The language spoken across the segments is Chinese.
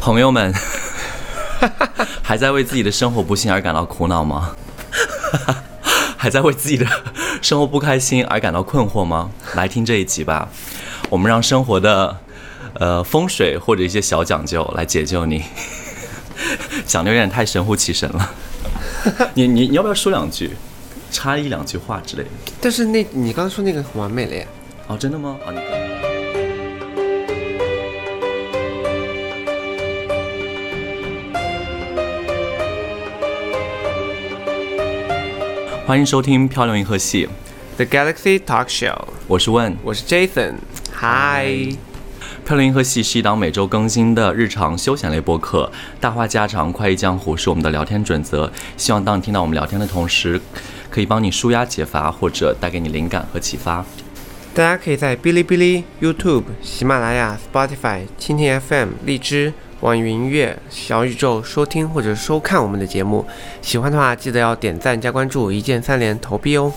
朋友们，还在为自己的生活不幸而感到苦恼吗？还在为自己的生活不开心而感到困惑吗？来听这一集吧，我们让生活的风水或者一些小讲究来解救你。讲的有点太神乎其神了。你要不要说两句，插一两句话之类的？ 但是你刚刚说那个很完美了耶。 哦，真的吗？啊，你看。欢迎收听《漂流银河系》 The Galaxy Talk Show， 我是问， 我是 Jason。嗨， 漂流银河系是一档每周更新的日常休闲类播客，大话家常，快意江湖是我们的聊天准则。希望当你听到我们聊天的同时，可以帮你抒压解乏，或者带给你灵感和启发。 大家可以在哔哩哔哩、YouTube、喜马拉雅、Spotify、蜻蜓 FM、荔枝、网易云音乐、小宇宙收听或者收看我们的节目。喜欢的话，记得要点赞加关注，一键三连投币哦。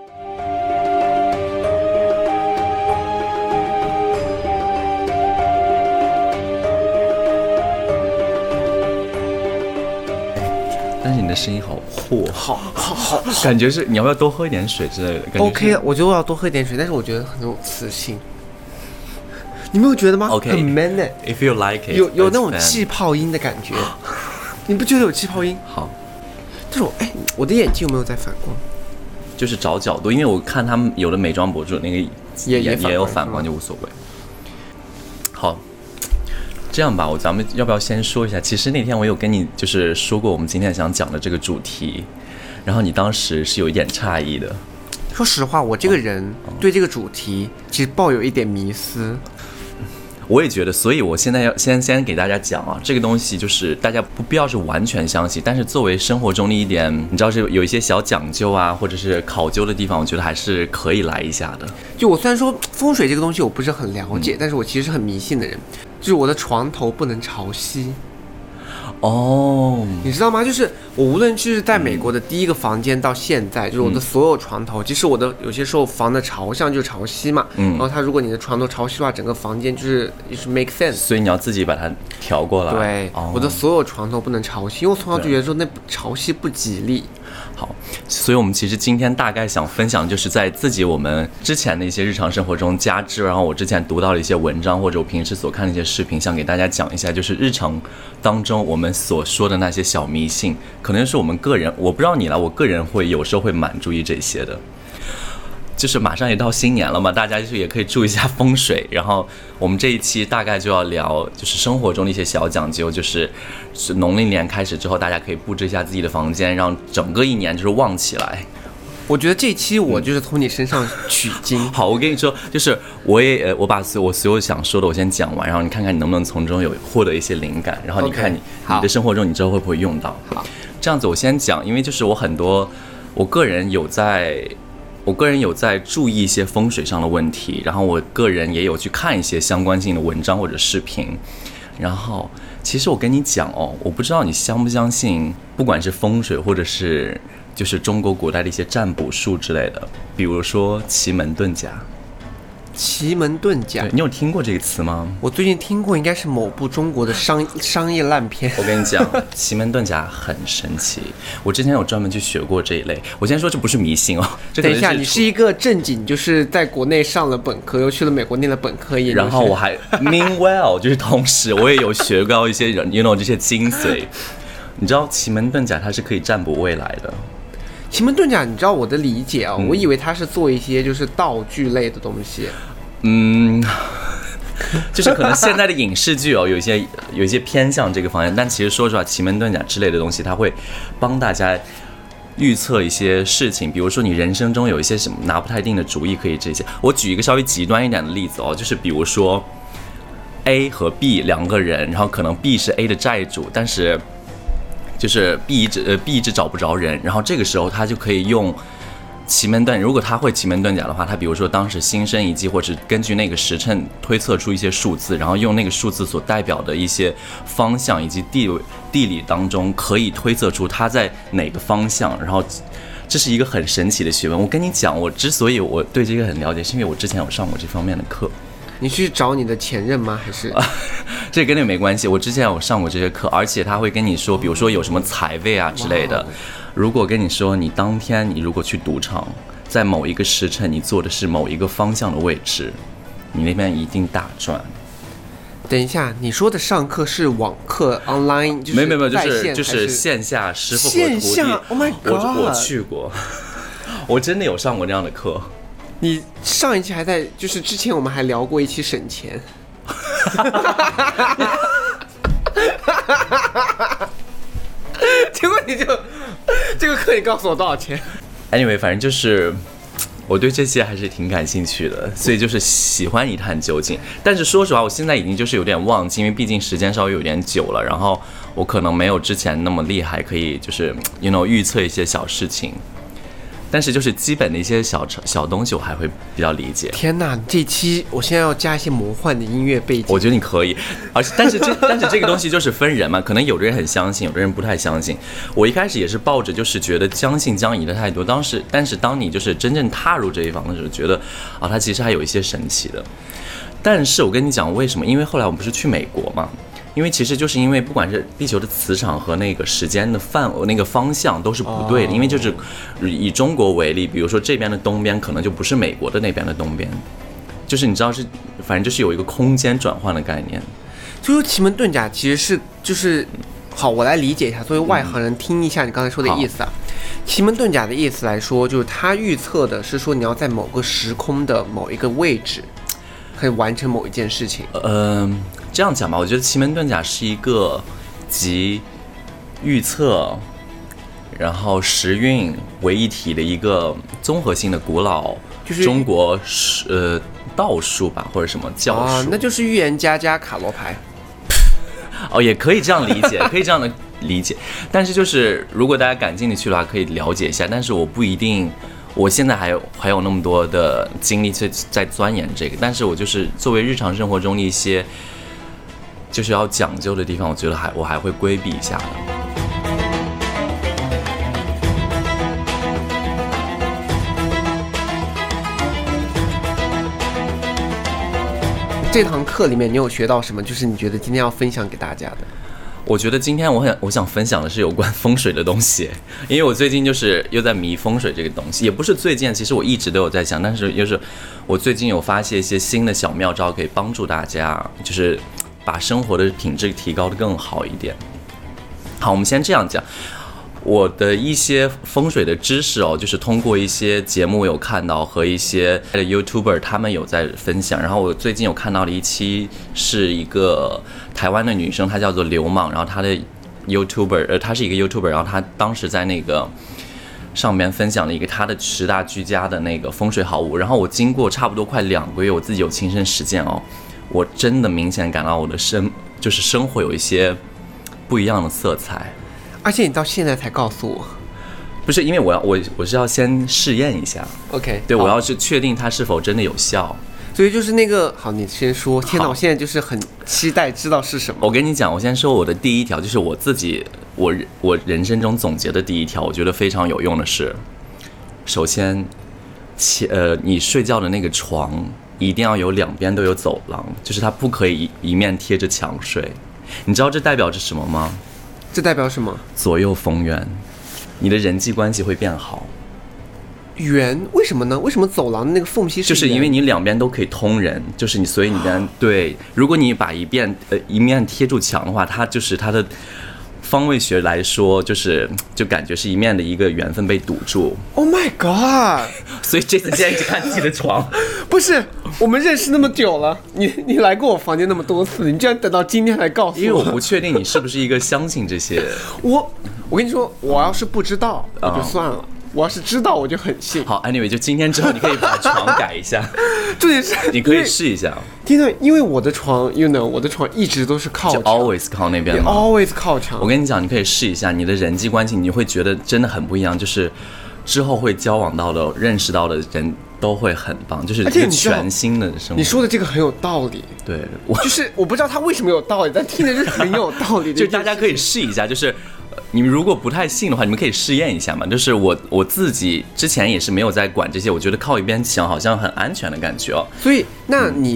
但是你的声音好破，好，感觉是你要不要多喝一点水之类的 ？OK， 我觉得我要多喝一点水，但是我觉得很有磁性。你没有觉得吗？ Okay, 很 man 呢。 If you like it， 有那种气泡音的感觉，你不觉得有气泡音？ 好， 这种我的眼睛有没有在反光？ 就是找角度，因为我看他们有的美妆博主那个也有反光，就无所谓。好，这样吧，咱们要不要先说一下？其实那天我有跟你就是说过我们今天想讲的这个主题，然后你当时是有一点诧异的。 说实话，我这个人对这个主题其实抱有一点迷思。 我也觉得，所以我现在要先给大家讲啊，这个东西就是大家不必要是完全相信，但是作为生活中的一点，你知道是有一些小讲究啊，或者是考究的地方，我觉得还是可以来一下的。 就我虽然说风水这个东西我不是很了解，但是我其实是很迷信的人，就是我的床头不能朝西。 哦， 你知道吗？就是我无论是在美国的第一个房间到现在，就是我的所有床头，其实我的有些时候房的朝向就是朝西嘛，然后如果你的床头朝西的话，整个房间就是 make sense， 所以你要自己把它调过来。 对，我的所有床头不能朝西，因为我从小就觉得说那朝西不吉利。 好，所以我们其实今天大概想分享，就是在我们之前的一些日常生活中加之，然后我之前读到的一些文章，或者我平时所看的一些视频，想给大家讲一下，就是日常当中我们所说的那些小迷信，可能是我们个人，我不知道你啦，我个人会有时候会蛮注意这些的。就是马上也到新年了嘛，大家就是也可以注意一下风水。然后我们这一期大概就要聊，就是生活中的一些小讲究，就是农历年开始之后，大家可以布置一下自己的房间，让整个一年就是旺起来。 我觉得这一期我就是从你身上取经。 好，我跟你说，就是我把我所有想说的我先讲完，然后你看看你能不能从中有获得一些灵感，然后你看你的生活中你之后会不会用到。 好， 这样子我先讲，因为就是我个人有在注意一些风水上的问题，然后我个人也有去看一些相关性的文章或者视频。然后其实我跟你讲哦，我不知道你相不相信，不管是风水或者是就是中国古代的一些占卜术之类的，比如说奇门遁甲。 奇门遁甲， 你有听过这个词吗？ 我最近听过，应该是某部中国的商业烂片。 我跟你讲，奇门遁甲很神奇，我之前有专门去学过这一类。我先说这不是迷信哦。 等一下，你是一个正经，就是在国内上了本科，又去了美国念了本科， 然后我还 meanwhile 就是同时我也有学到一些人这些精髓。你知道奇门遁甲它是可以占卜未来的。 奇门遁甲，你知道我的理解啊，我以为它是做一些就是道具类的东西。 就是可能现在的影视剧哦，有一些偏向这个方向，但其实说实话，奇门遁甲之类的东西，它会帮大家预测一些事情，比如说你人生中有一些什么拿不太定的主意，可以这些。我举一个稍微极端一点的例子哦，就是比如说 A 和 B 两个人，然后可能 B 是 A 的债主，但是就是 B 一直找不着人，然后这个时候他就可以用奇门遁，如果他会奇门遁甲的话，他比如说当时心生一计，或者根据那个时辰推测出一些数字，然后用那个数字所代表的一些方向以及地理当中可以推测出他在哪个方向，然后这是一个很神奇的学问。我跟你讲，我之所以我对这个很了解，是因为我之前有上过这方面的课。 你去找你的前任吗？还是这跟那个没关系。我之前有上过这些课，而且他会跟你说，比如说有什么财位啊之类的。如果跟你说你当天你如果去赌场，在某一个时辰你坐的是某一个方向的位置，你那边一定大赚。 等一下，你说的上课是网课 online， 就是没有， 在线就是线下师傅和徒弟。 线下 ，Oh my god！ 我去过，我真的有上过这样的课。 你上一期还在，就是之前我们还聊过一期省钱。结果你就这个课你告诉我多少钱 ？Anyway， 反正就是我对这些还是挺感兴趣的，所以就是喜欢一探究竟。但是说实话，我现在已经就是有点忘记，因为毕竟时间稍微有点久了，然后我可能没有之前那么厉害，可以就是预测一些小事情。但是就是基本的一些小东西，我还会比较理解。 天哪，这期我现在要加一些魔幻的音乐背景。 我觉得你可以，但是这个东西就是分人嘛，可能有的人很相信，有的人不太相信。我一开始也是抱着就是觉得将信将疑的态度，但是当你就是真正踏入这一行的时候，觉得它其实还有一些神奇的。但是我跟你讲为什么？因为后来我们不是去美国嘛。因为其实就是因为不管是地球的磁场和那个时间的那个方向都是不对的，因为就是以中国为例，比如说这边的东边可能就不是美国的那边的东边，就是你知道是，反正就是有一个空间转换的概念。 所以说奇门遁甲其实是就是好，我来理解一下，作为外行人听一下你刚才说的意思啊。奇门遁甲的意思来说，就是它预测的是说你要在某个时空的某一个位置，可以完成某一件事情。 这样讲吧，我觉得奇门遁甲是一个集预测，然后时运为一体的一个综合性的古老，就是中国道术吧，或者什么教术。 那就是预言家加卡罗牌。 也可以这样理解，可以这样的理解。但是就是如果大家感兴趣的话，可以了解一下。但是我不一定。我现在还有那么多的精力在钻研这个，但是我就是作为日常生活中的一些就是要讲究的地方，我觉得我还会规避一下的。 这堂课里面你有学到什么？就是你觉得今天要分享给大家的？ 我觉得今天我想分享的是有关风水的东西，因为我最近就是又在迷风水这个东西，也不是最近，其实我一直都有在想，但是就是我最近有发现一些新的小妙招，可以帮助大家，就是把生活的品质提高得更好一点。好，我们先这样讲。我的一些风水的知识就是通过一些节目有看到和一些 YouTuber 他们有在分享，然后我最近有看到的一期是一个台湾的女生，她叫做流氓，然后她的 YouTuber 她是一个 YouTuber， 然后她当时在那个上面分享了一个她的10大居家的那个风水好物，然后我经过差不多快2个月，我自己有亲身实践我真的明显感到我的生活有一些不一样的色彩。 而且你到现在才告诉我， 不是因为我是要先试验一下 ，OK， 对，我要是确定它是否真的有效， 所以就是那个好，你先说。天哪，我现在就是很期待知道是什么。 我跟你讲，我先说我的第一条，就是我自己我人生中总结的第一条，我觉得非常有用的是，首先，你睡觉的那个床一定要有2边都有走廊，就是它不可以一面贴着墙睡。你知道这代表着什么吗？ 这代表什么？ 左右逢源，你的人际关系会变好。 圆？为什么呢？为什么走廊的那个缝隙是就是因为你2边都可以通人，就是你，所以你对，如果你把一面贴住墙的话，它就是它的方位学来说，就感觉是一面的一个缘分被堵住。 Oh my god！ 所以这次建议去看自己的床。 不是，我们认识那么久了，你来过我房间那么多次，你居然等到今天才告诉我？ 因为我不确定你是不是一个相信这些。 我跟你说，我要是不知道我就算了。我要是知道，我就很信。 好 ，anyway， 就今天之后，你可以把床改一下。 重点是， 你可以试一下。 真的，因为我的床 ，you know， 我的床一直都是靠墙， 就 always 靠那边吗 ？always 靠墙。 我跟你讲，你可以试一下，你的人际关系，你会觉得真的很不一样，就是之后会交往到的、认识到的人都会很棒，就是一个全新的生活。 你说的这个很有道理。 对， 就是我不知道他为什么有道理，但听着是很有道理的。 就大家可以试一下，就是你们如果不太信的话，你们可以试验一下嘛。就是我自己之前也是没有在管这些，我觉得靠一边墙好像很安全的感觉。 所以，那你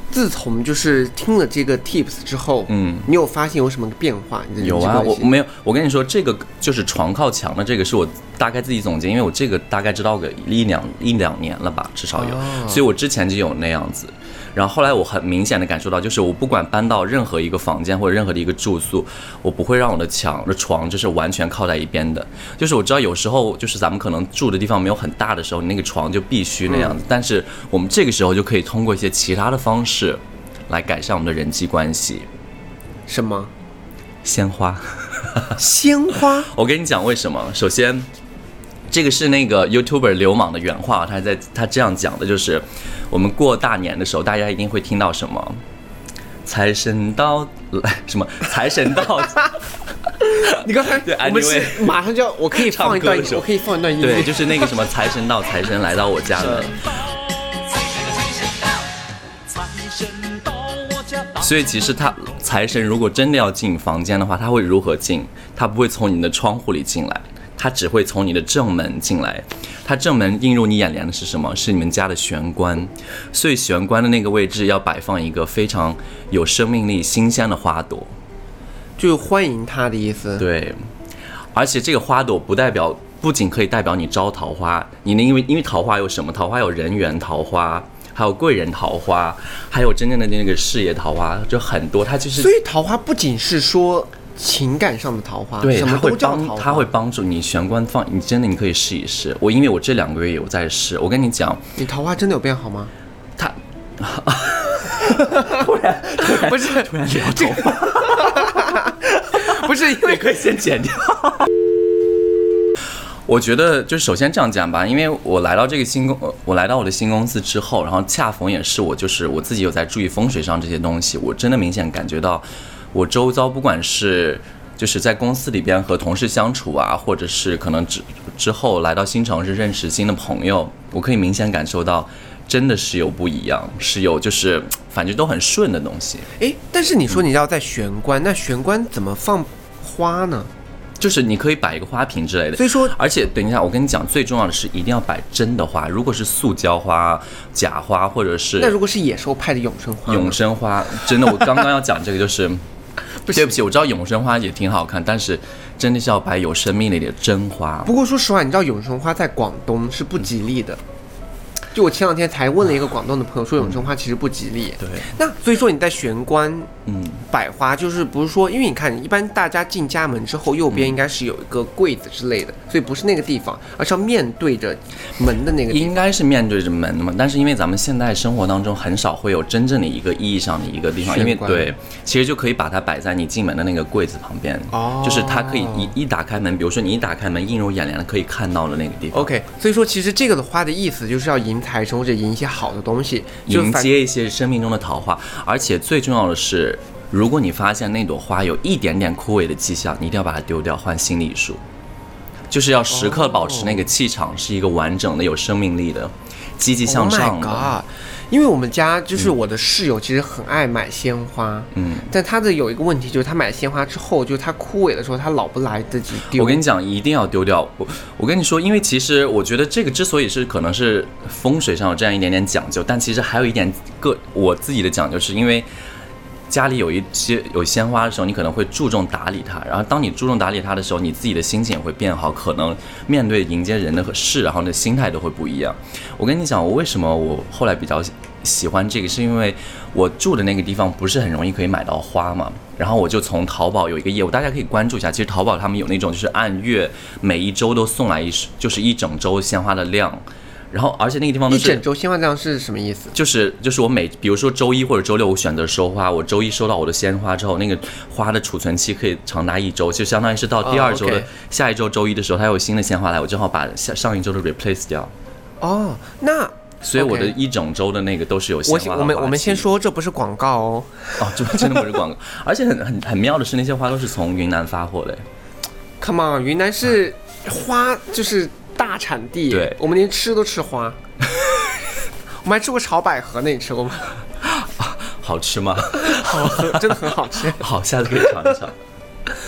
自从就是听了这个 tips 之后，你有发现有什么变化？你的人际关系？ 有啊，我没有。我跟你说，这个就是床靠墙的，这个是我大概自己总结，因为我这个大概知道个一两年了吧，至少有，所以我之前就有那样子。然后后来我很明显的感受到，就是我不管搬到任何一个房间或者任何的一个住宿，我不会让我的床就是完全靠在一边的。就是我知道有时候就是咱们可能住的地方没有很大的时候，你那个床就必须那样子。但是我们这个时候就可以通过一些其他的方式来改善我们的人际关系。 什么？ 鲜花。 鲜花？ 我跟你讲为什么。首先，这个是那个 YouTuber 流氓的原话，他这样讲的，就是我们过大年的时候，大家一定会听到什么财神到，什么财神到。 你刚才我们是马上就要，我可以放一段，音乐， 对，就是那个什么财神到，财神来到我家门。所以其实财神如果真的要进房间的话，他会如何进？他不会从你的窗户里进来，他只会从你的正门进来。他正门映入你眼帘的是什么？是你们家的玄关。所以玄关的那个位置要摆放一个非常有生命力、新鲜的花朵， 就是欢迎他的意思。 对，而且这个花朵不仅可以代表你招桃花，因为桃花有什么？桃花有人缘桃花，还有贵人桃花，还有真正的那个事业桃花，就很多。它就是， 所以桃花不仅是说情感上的桃花， 对， 什么都叫桃花。 它会帮助你玄关放，你真的你可以试一试。因为我这2个月有在试，我跟你讲， 你桃花真的有变好吗？ 突然不是突然聊头发， 不是因为可以先剪掉。我觉得就是首先这样讲吧，因为我来到我的新公司之后，然后恰逢也是我自己有在注意风水上这些东西，我真的明显感觉到我周遭不管是就是在公司里边和同事相处啊，或者是可能之后来到新城市认识新的朋友，我可以明显感受到真的是有不一样，是有就是反正都很顺的东西。 但是你说你要在玄关，那玄关怎么放花呢？ 就是你可以摆一个花瓶之类的， 所以说， 而且等一下，我跟你讲，最重要的是一定要摆真的花。如果是塑胶花、假花，或者是那如果是野兽派的永生花， 真的，我刚刚要讲这个就是，对不起，我知道永生花也挺好看，但是真的是要摆有生命力的真花。 不过说实话，你知道永生花在广东是不吉利的。就我前2天才问了一个广东的朋友，说永生花其实不吉利。 对， 那所以说你在玄关摆花，就是不是说，因为你看一般大家进家门之后，右边应该是有一个柜子之类的，所以不是那个地方，而是要面对着门的那个地方。 应该是面对着门的嘛，但是因为咱们现在生活当中很少会有真正的一个意义上的一个地方，因为对，其实就可以把它摆在你进门的那个柜子旁边，就是它可以一打开门，比如说你一打开门映入眼帘的可以看到的那个地方。 OK， 所以说其实这个的花的意思就是要迎财神或者迎一些好的东西， 迎接一些生命中的桃花。而且最重要的是，如果你发现那朵花有一点点枯萎的迹象，你一定要把它丢掉，换新礼树。就是要时刻保持那个气场是一个完整的、有生命力的、积极向上的。 Oh my god！ 因为我们家就是我的室友，其实很爱买鲜花，但他的有一个问题就是他买鲜花之后，就是他枯萎的时候，他老不来得及丢。 我跟你讲，一定要丢掉。我跟你说，因为其实我觉得这个之所以是可能是风水上有这样一点点讲究，但其实还有一点我自己的讲究，是因为家里有鲜花的时候，你可能会注重打理它，然后当你注重打理它的时候，你自己的心情也会变好，可能面对迎接人的事，然后你的心态都会不一样。我跟你讲，我为什么我后来比较喜欢这个，是因为我住的那个地方不是很容易可以买到花嘛，然后我就从淘宝有一个业务，大家可以关注一下，其实淘宝他们有那种就是按月每一周都送来就是一整周鲜花的量。然后，而且那个地方都是一整周鲜花量是什么意思？ 就是我比如说周1或者周6我选择收花，我周1收到我的鲜花之后，那个花的储存期可以长达1周，就相当于是到第2周的下一周周1的时候，它有新的鲜花来，我正好把上一周的 replace 掉。 那所以我的一整周的那个都是有鲜花的花期。 我们先说，这不是广告哦。 这真的不是广告，而且很妙的是，那些花都是从云南发货的。 Come on， 云南是花就是大产地， 对， 我们连吃都吃花。我们还吃过炒百合呢，你吃过吗？ 好吃吗？ 好喝，真的很好吃。 好，下次可以尝一尝。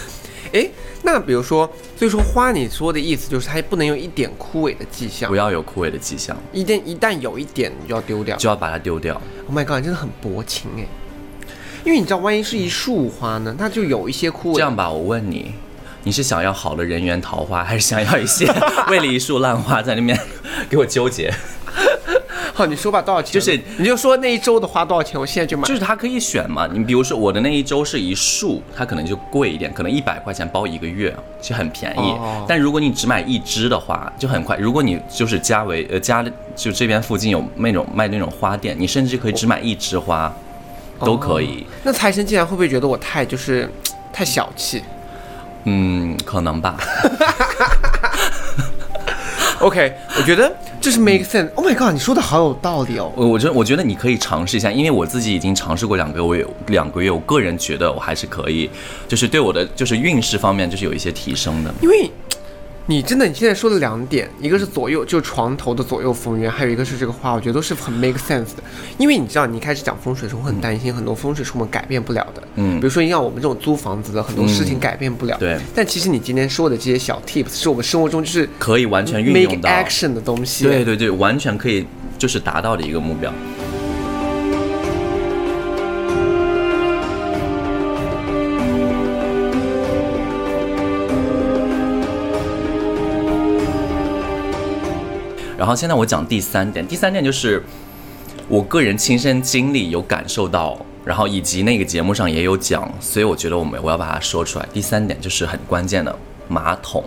哎，那比如说，所以说花你说的意思就是它不能有一点枯萎的迹象， 不要有枯萎的迹象， 一旦有一点你就要丢掉， 就要把它丢掉。 Oh my god， 你真的很薄情哎。因为你知道，万一是一束花呢，它就有一些枯萎。 这样吧，我问你，你是想要好的人缘桃花，还是想要一些为了一束烂花在那边给我纠结？ 好，你说吧，多少钱？ 就是你就说那一周的花多少钱，我现在就买。 就是它可以选嘛，你比如说我的那一周是一束，它可能就贵一点，可能100块钱包1个月，其实很便宜。但如果你只买一支的话，就很快。如果你就是家就这边附近有那种卖那种花店，你甚至可以只买一支花。都可以。 那财神竟然会不会觉得我太小气？ 可能吧。 OK， 我觉得这是 make sense。Oh my god， 你说的好有道理哦。 我觉得你可以尝试一下，因为我自己已经尝试过2个月，我个人觉得我还是可以，就是对我的就是运势方面就是有一些提升的。 因为你现在说的2点，一个是左右就床头的左右逢源，还有一个是这个花，我觉得都是很 make sense 的。因为你知道，你一开始讲风水的时候，我很担心很多风水是我们改变不了的。比如说像我们这种租房子的，很多事情改变不了。 对。 但其实你今天说的这些小 tips， 是我们生活中就是可以完全运用到 make action 的东西。 对对对，完全可以就是达到的一个目标。然后现在我讲第三点就是我个人亲身经历有感受到，然后以及那个节目上也有讲，所以我觉得我要把它说出来。第3点就是很关键的马桶。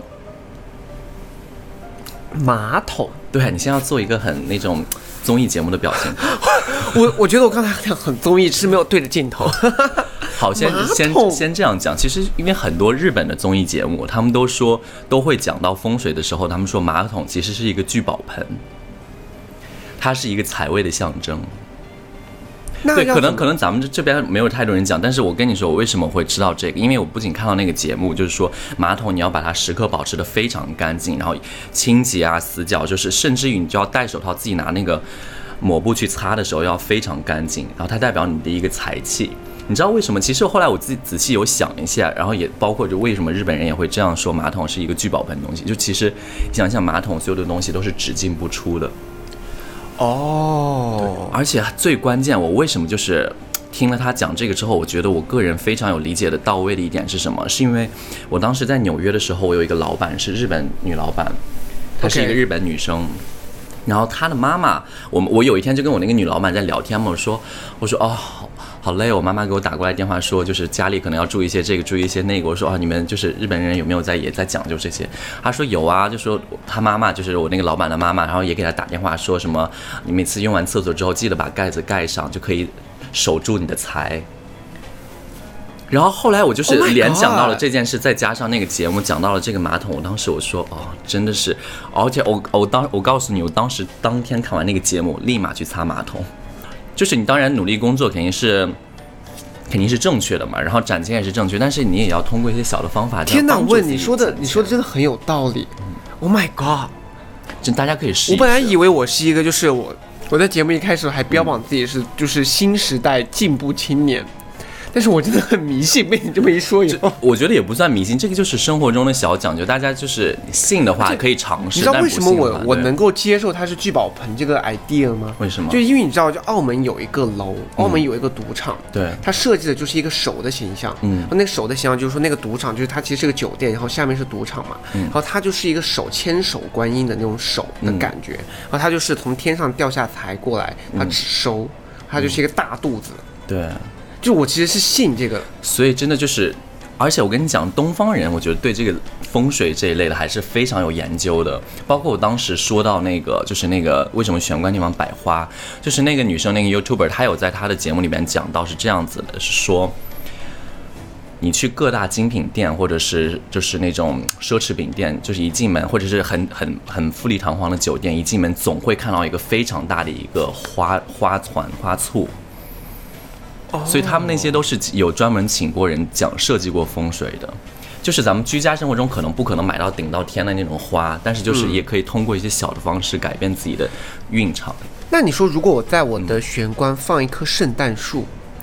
马桶？对， 你现在要做一个很那种综艺节目的表情。 我觉得我刚才很综艺，是没有对着镜头。 好，先这样讲。其实因为很多日本的综艺节目，他们都会讲到风水的时候，他们说马桶其实是一个聚宝盆，它是一个财位的象征。对，可能咱们这边没有太多人讲，但是我跟你说，我为什么会知道这个？因为我不仅看到那个节目，就是说马桶你要把它时刻保持得非常干净，然后清洁啊、死角，就是甚至于你就要戴手套，自己拿那个抹布去擦的时候要非常干净，然后它代表你的一个财气。你知道为什么？其实后来我自己仔细有想一下，然后也包括就为什么日本人也会这样说，马桶是一个聚宝盆的东西。就其实想想马桶所有的东西都是只进不出的。 哦， 而且最关键，我为什么就是听了他讲这个之后，我觉得我个人非常有理解的到位的一点是什么？是因为我当时在纽约的时候，我有一个老板是日本女老板，她是一个日本女生。然后她的妈妈，我有一天就跟我那个女老板在聊天嘛，我说哦，好累，我妈妈给我打过来电话说，就是家里可能要注意一些这个，注意一些那个。我说你们就是日本人有没有也在讲究这些？她说有啊，就说她妈妈就是我那个老板的妈妈，然后也给她打电话说什么，你每次用完厕所之后记得把盖子盖上，就可以守住你的财。然后后来我就是联想到了这件事，再加上那个节目讲到了这个马桶，我当时我说真的是，而且我告诉你，我当天看完那个节目，立马去擦马桶。就是你当然努力工作肯定是正确的嘛，然后攒钱也是正确，但是你也要通过一些小的方法。 天哪，问你说的真的很有道理。Oh my god， 真大家可以试一试。 我本来以为我是一个就是我在节目一开始还标榜自己是就是新时代进步青年。但是我真的很迷信，被你这么一说以后， 我觉得也不算迷信，这个就是生活中的小讲究，大家就是信的话可以尝试。 你知道为什么我能够接受它是聚宝盆这个 idea 吗？ 为什么？ 就因为你知道，就澳门有一个楼，澳门有一个赌场， 对， 它设计的就是一个手的形象，那个手的形象就是说那个赌场就是它其实是个酒店，然后下面是赌场嘛，然后它就是一个手牵手观音的那种手的感觉，然后它就是从天上掉下财过来，它只收，它就是一个大肚子， 对。 就我其实是信这个， 所以真的就是，而且我跟你讲，东方人我觉得对这个风水这一类的还是非常有研究的。包括我当时说到那个，就是那个为什么玄关地方摆花，就是那个女生那个 YouTuber， 她有在她的节目里面讲到是这样子的，是说你去各大精品店或者是就是那种奢侈品店，就是一进门，或者是很富丽堂皇的酒店，一进门总会看到一个非常大的一个花攒花簇。所以他们那些都是有专门请过人设计过风水的，就是咱们居家生活中不可能买到顶到天的那种花，但是就是也可以通过一些小的方式改变自己的运场。 那你说，如果我在我的玄关放一棵圣诞树，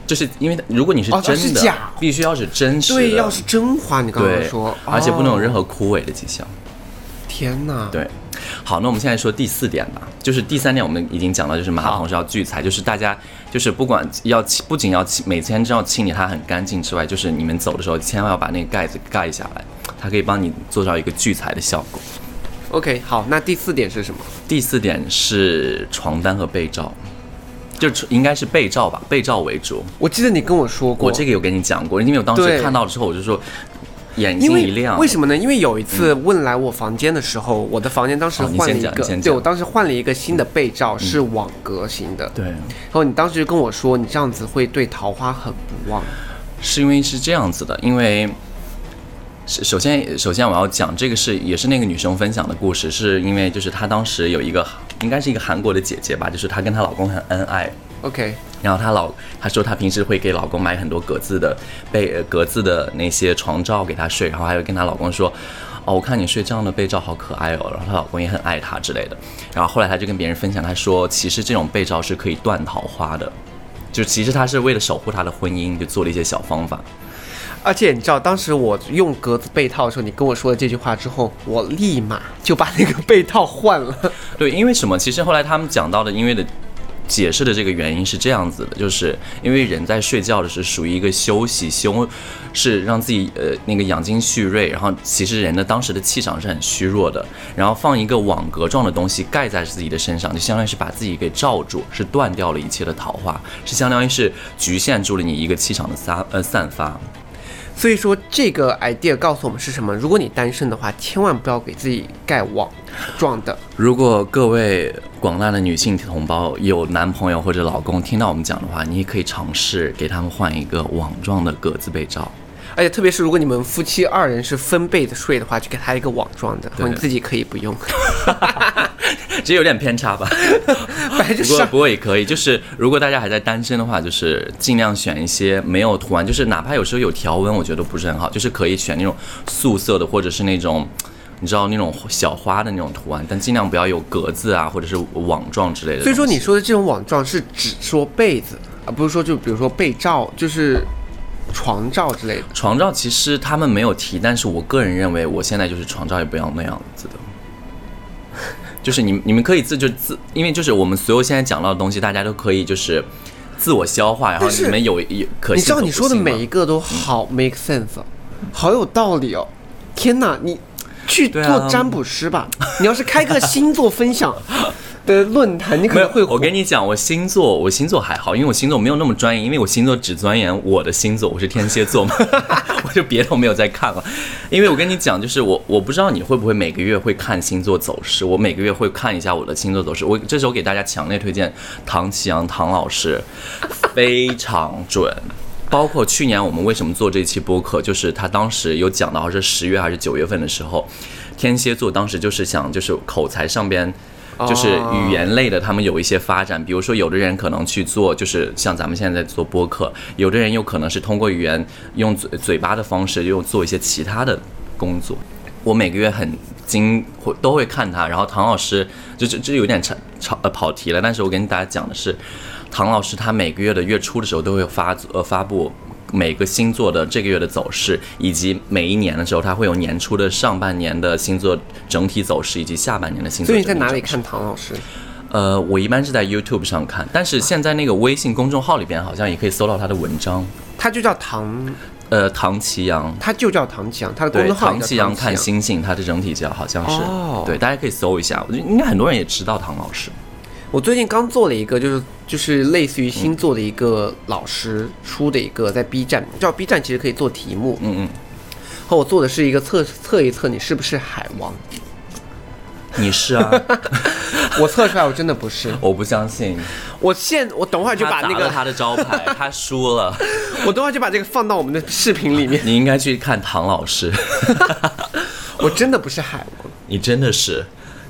就是因为如果你是真的， 是假， 必须要是真实的， 对，要是真花，你刚刚说， 而且不能有任何枯萎的迹象。 天哪！ 对，好，那我们现在说第4点吧，就是第3点我们已经讲到，就是马桶是要聚财，就是大家就是不仅要每天都要清理它很干净之外，就是你们走的时候千万要把那个盖子盖下来，它可以帮你做到一个聚财的效果。 OK， 好，那第4点是什么？ 第4点是床单和被罩。就应该是被罩吧，被罩为主。 我记得你跟我说过， 我这个有跟你讲过，因为我当时看到之后，我就说眼睛一亮。 为什么呢？因为有一次问来我房间的时候，我的房间当时换了一个，对，我当时换了一个新的被罩，是网格型的。 对。然后你当时就跟我说，你这样子会对桃花很不旺。 是因为是这样子的，因为首先我要讲这个也是那个女生分享的故事，是因为就是她当时有一个应该是一个韩国的姐姐吧，就是她跟她老公很恩爱。 OK， 然后她说她平时会给老公买很多格子的那些床罩给她睡，然后还有跟她老公说，哦，我看你睡这样的被罩好可爱哦，然后她老公也很爱她之类的。然后后来她就跟别人分享，她说其实这种被罩是可以断桃花的，就其实她是为了守护她的婚姻，就做了一些小方法。 而且你知道，当时我用格子被套的时候，你跟我说了这句话之后，我立马就把那个被套换了。 对，因为什么？其实后来他们讲到的，因为的解释的这个原因是这样子的，就是因为人在睡觉的是属于一个休息，是让自己那个养精蓄锐，然后其实人的当时的气场是很虚弱的，然后放一个网格状的东西盖在自己的身上，就相当于是把自己给罩住，是断掉了一切的桃花，是相当于是局限住了你一个气场的散发。 所以说这个 idea 告诉我们是什么？如果你单身的话，千万不要给自己盖网状的。 如果各位广大的女性同胞有男朋友或者老公听到我们讲的话，你也可以尝试给他们换一个网状的格子被罩。 而且特别是如果你们夫妻2人是分被子睡的话，就给他一个网状的，然后你自己可以不用。 这有点偏差吧，不过也可以。就是如果大家还在单身的话，就是尽量选一些没有图案，就是哪怕有时候有条纹，我觉得不是很好，就是可以选那种素色的，或者是那种你知道那种小花的那种图案，但尽量不要有格子啊，或者是网状之类的。 所以说你说的这种网状是只说被子，而不是说就比如说被罩，就是床罩之类的。 床罩其实他们没有提，但是我个人认为，我现在就是床罩也不要那样子的。就是你们可以因为就是我们所有现在讲到的东西，大家都可以就是自我消化，然后你们有可信。 你知道你说的每一个都好 make sense，好有道理哦！天哪，你去做占卜师吧！你要是开个星座分享的论坛，你可能会火。 我跟你讲，我星座还好，因为我星座没有那么专业，因为我星座只钻研我的星座，我是天蝎座嘛，我就别的我没有在看了。因为我跟你讲，就是我不知道你会不会每个月会看星座走势，我每个月会看一下我的星座走势。这时候给大家强烈推荐唐启阳唐老师，非常准。包括去年我们为什么做这期播客，就是他当时有讲到是10月还是9月份的时候，天蝎座当时就是想就是口才上边。就是语言类的，他们有一些发展，比如说有的人可能去做，就是像咱们现在在做播客，有的人有可能是通过语言用嘴巴的方式，又做一些其他的工作。我每个月都会看他，然后唐老师这有点跑题了，但是我跟大家讲的是，唐老师他每个月的月初的时候都会发布每个星座的这个月的走势，以及每一年的时候，它会有年初的上半年的星座整体走势，以及下半年的星座整体走势。 所以你在哪里看唐老师？ 我一般是在 YouTube 上看，但是现在那个微信公众号里边好像也可以搜到他的文章。 他就叫唐启阳， 他就叫唐启阳，他的公众号唐启阳看星星，他的整体叫好像是，对，大家可以搜一下。我觉得应该很多人也知道唐老师。 我最近刚做了一个，就是类似于星座的一个老师出的一个，在 B 站，叫 B 站其实可以做题目，和我做的是一个测一测你是不是海王。 你是啊， 我测出来我真的不是， 我不相信。 我等会儿就把那个他的招牌，他输了。 我等会儿就把这个放到我们的视频里面。 你应该去看唐老师。 我真的不是海王， 你真的是。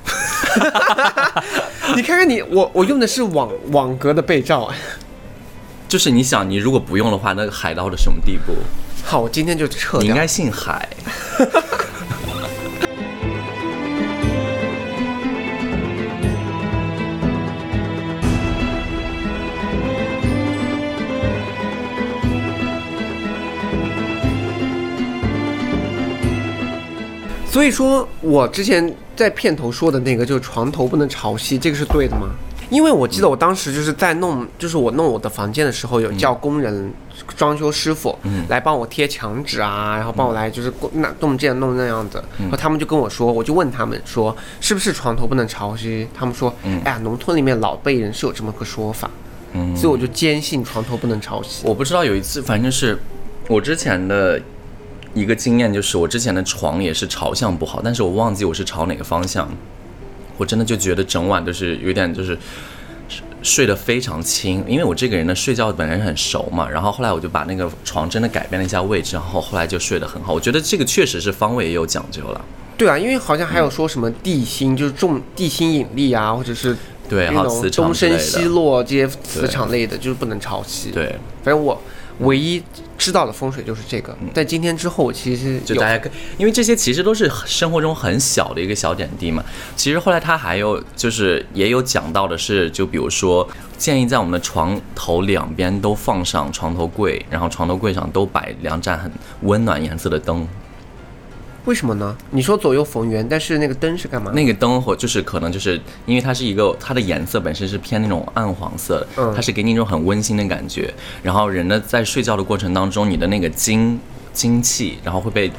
你看看我用的是网格的被罩， 就是你想，你如果不用的话，那个海到了什么地步？ 好，我今天就撤掉。 你应该姓海。 所以说我之前在片头说的那个，就是床头不能朝西，这个是对的吗？因为我记得我当时就是在弄，就是我弄我的房间的时候，有叫工人、装修师傅来帮我贴墙纸啊，然后帮我来就是弄这样弄那样子。然后他们就跟我说，我就问他们说，是不是床头不能朝西？他们说，哎呀，农村里面老辈人是有这么个说法，所以我就坚信床头不能朝西。 我不知道有一次，反正是我之前的一个经验，就是我之前的床也是朝向不好，但是我忘记我是朝哪个方向。我真的就觉得整晚都是有点就是睡得非常轻，因为我这个人的睡觉本来很熟嘛，然后后来我就把那个床真的改变了一下位置，然后后来就睡得很好。我觉得这个确实是方位也有讲究了。 对啊，因为好像还有说什么地心，就是地心引力啊，或者是对，还有磁场东升西落这些磁场类的，就是不能朝西。 对， 反正我唯一知道的风水就是这个，但今天之后其实就大家因为这些其实都是生活中很小的一个小点滴嘛。其实后来他还有就是也有讲到的是，就比如说建议在我们的床头两边都放上床头柜，然后床头柜上都摆2盏很温暖颜色的灯。 为什么呢？你说左右逢源，但是那个灯是干嘛？ 那个灯或就是可能就是因为它是一个，它的颜色本身是偏那种暗黄色的，它是给你一种很温馨的感觉。然后人呢在睡觉的过程当中，你的那个精气，然后会被，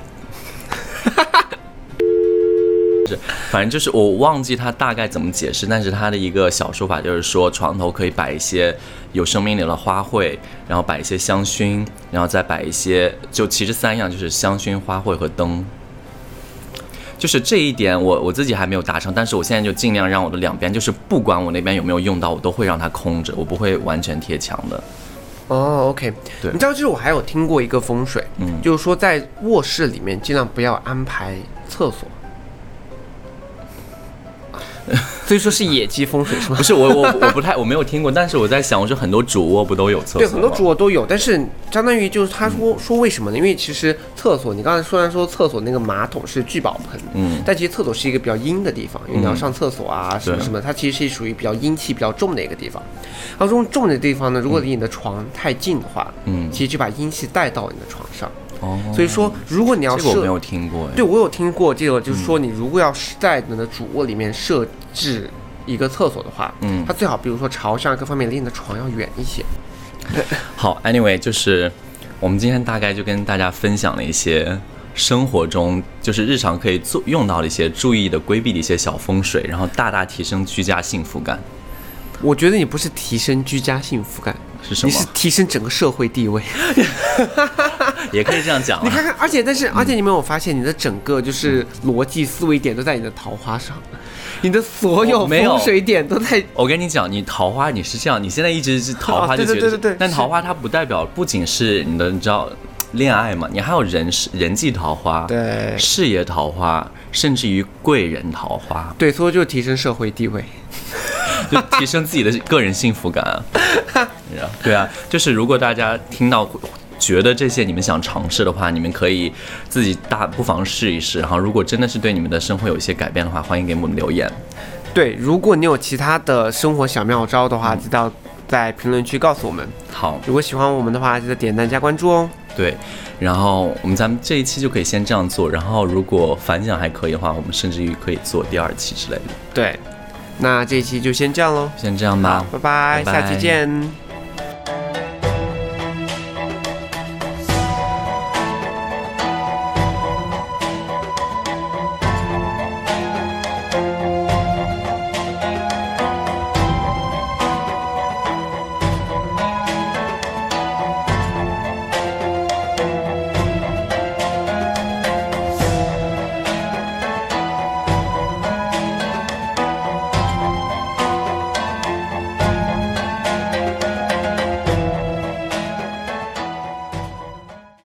反正就是我忘记它大概怎么解释，但是它的一个小说法就是说，床头可以摆一些有生命力的花卉，然后摆一些香薰，然后再摆一些，就其实3样，就是香薰、花卉和灯。就是这一点我自己还没有达成，但是我现在就尽量让我的两边，就是不管我那边有没有用到，我都会让它空着，我不会完全贴墙的。 哦 ，OK， 对， 你知道，就是我还有听过一个风水，就是说在卧室里面尽量不要安排厕所。所以说是野鸡风水是吗？ 不是，我没有听过，但是我在想，我说很多主卧不都有厕所吗？ 对，很多主卧都有，但是相当于就是他说为什么呢？因为其实厕所，你刚才虽然说厕所那个马桶是聚宝盆，但其实厕所是一个比较阴的地方，因为你要上厕所啊什么什么，它其实是属于比较阴气比较重的一个地方。然后这种重的地方呢，如果离你的床太近的话，其实就把阴气带到你的床上。所以说，如果你要这个我没有听过， 对我有听过这个，就是说你如果要在你的主卧里面设置一个厕所的话，它最好比如说朝向各方面离你的床要远一些。 好 ，anyway， 就是我们今天大概就跟大家分享了一些生活中就是日常可以用到的一些注意的规避的一些小风水，然后大大提升居家幸福感。 我觉得你不是提升居家幸福感， 是什么？ 你是提升整个社会地位。 也可以这样讲。 你看看，而且你没有发现，你的整个就是逻辑思维点都在你的桃花上，你的所有风水点都在。 我跟你讲，你桃花你是这样，你现在一直是桃花就觉得，对，但桃花它不代表不仅是你的，你知道。恋爱嘛，你还有人际桃花， 对， 事业桃花，甚至于贵人桃花， 对，所以就提升社会地位， 就提升自己的个人幸福感啊。对啊，就是如果大家听到觉得这些你们想尝试的话，你们可以自己不妨试一试。然后，如果真的是对你们的生活有一些改变的话，欢迎给我们留言。 对，如果你有其他的生活小妙招的话，记得在评论区告诉我们。 好， 如果喜欢我们的话，记得点赞加关注哦。 对，然后咱们这一期就可以先这样做，然后如果反响还可以的话，我们甚至于可以做第2期之类的。 对，那这一期就先这样咯， 先这样吧， 拜拜，下期见。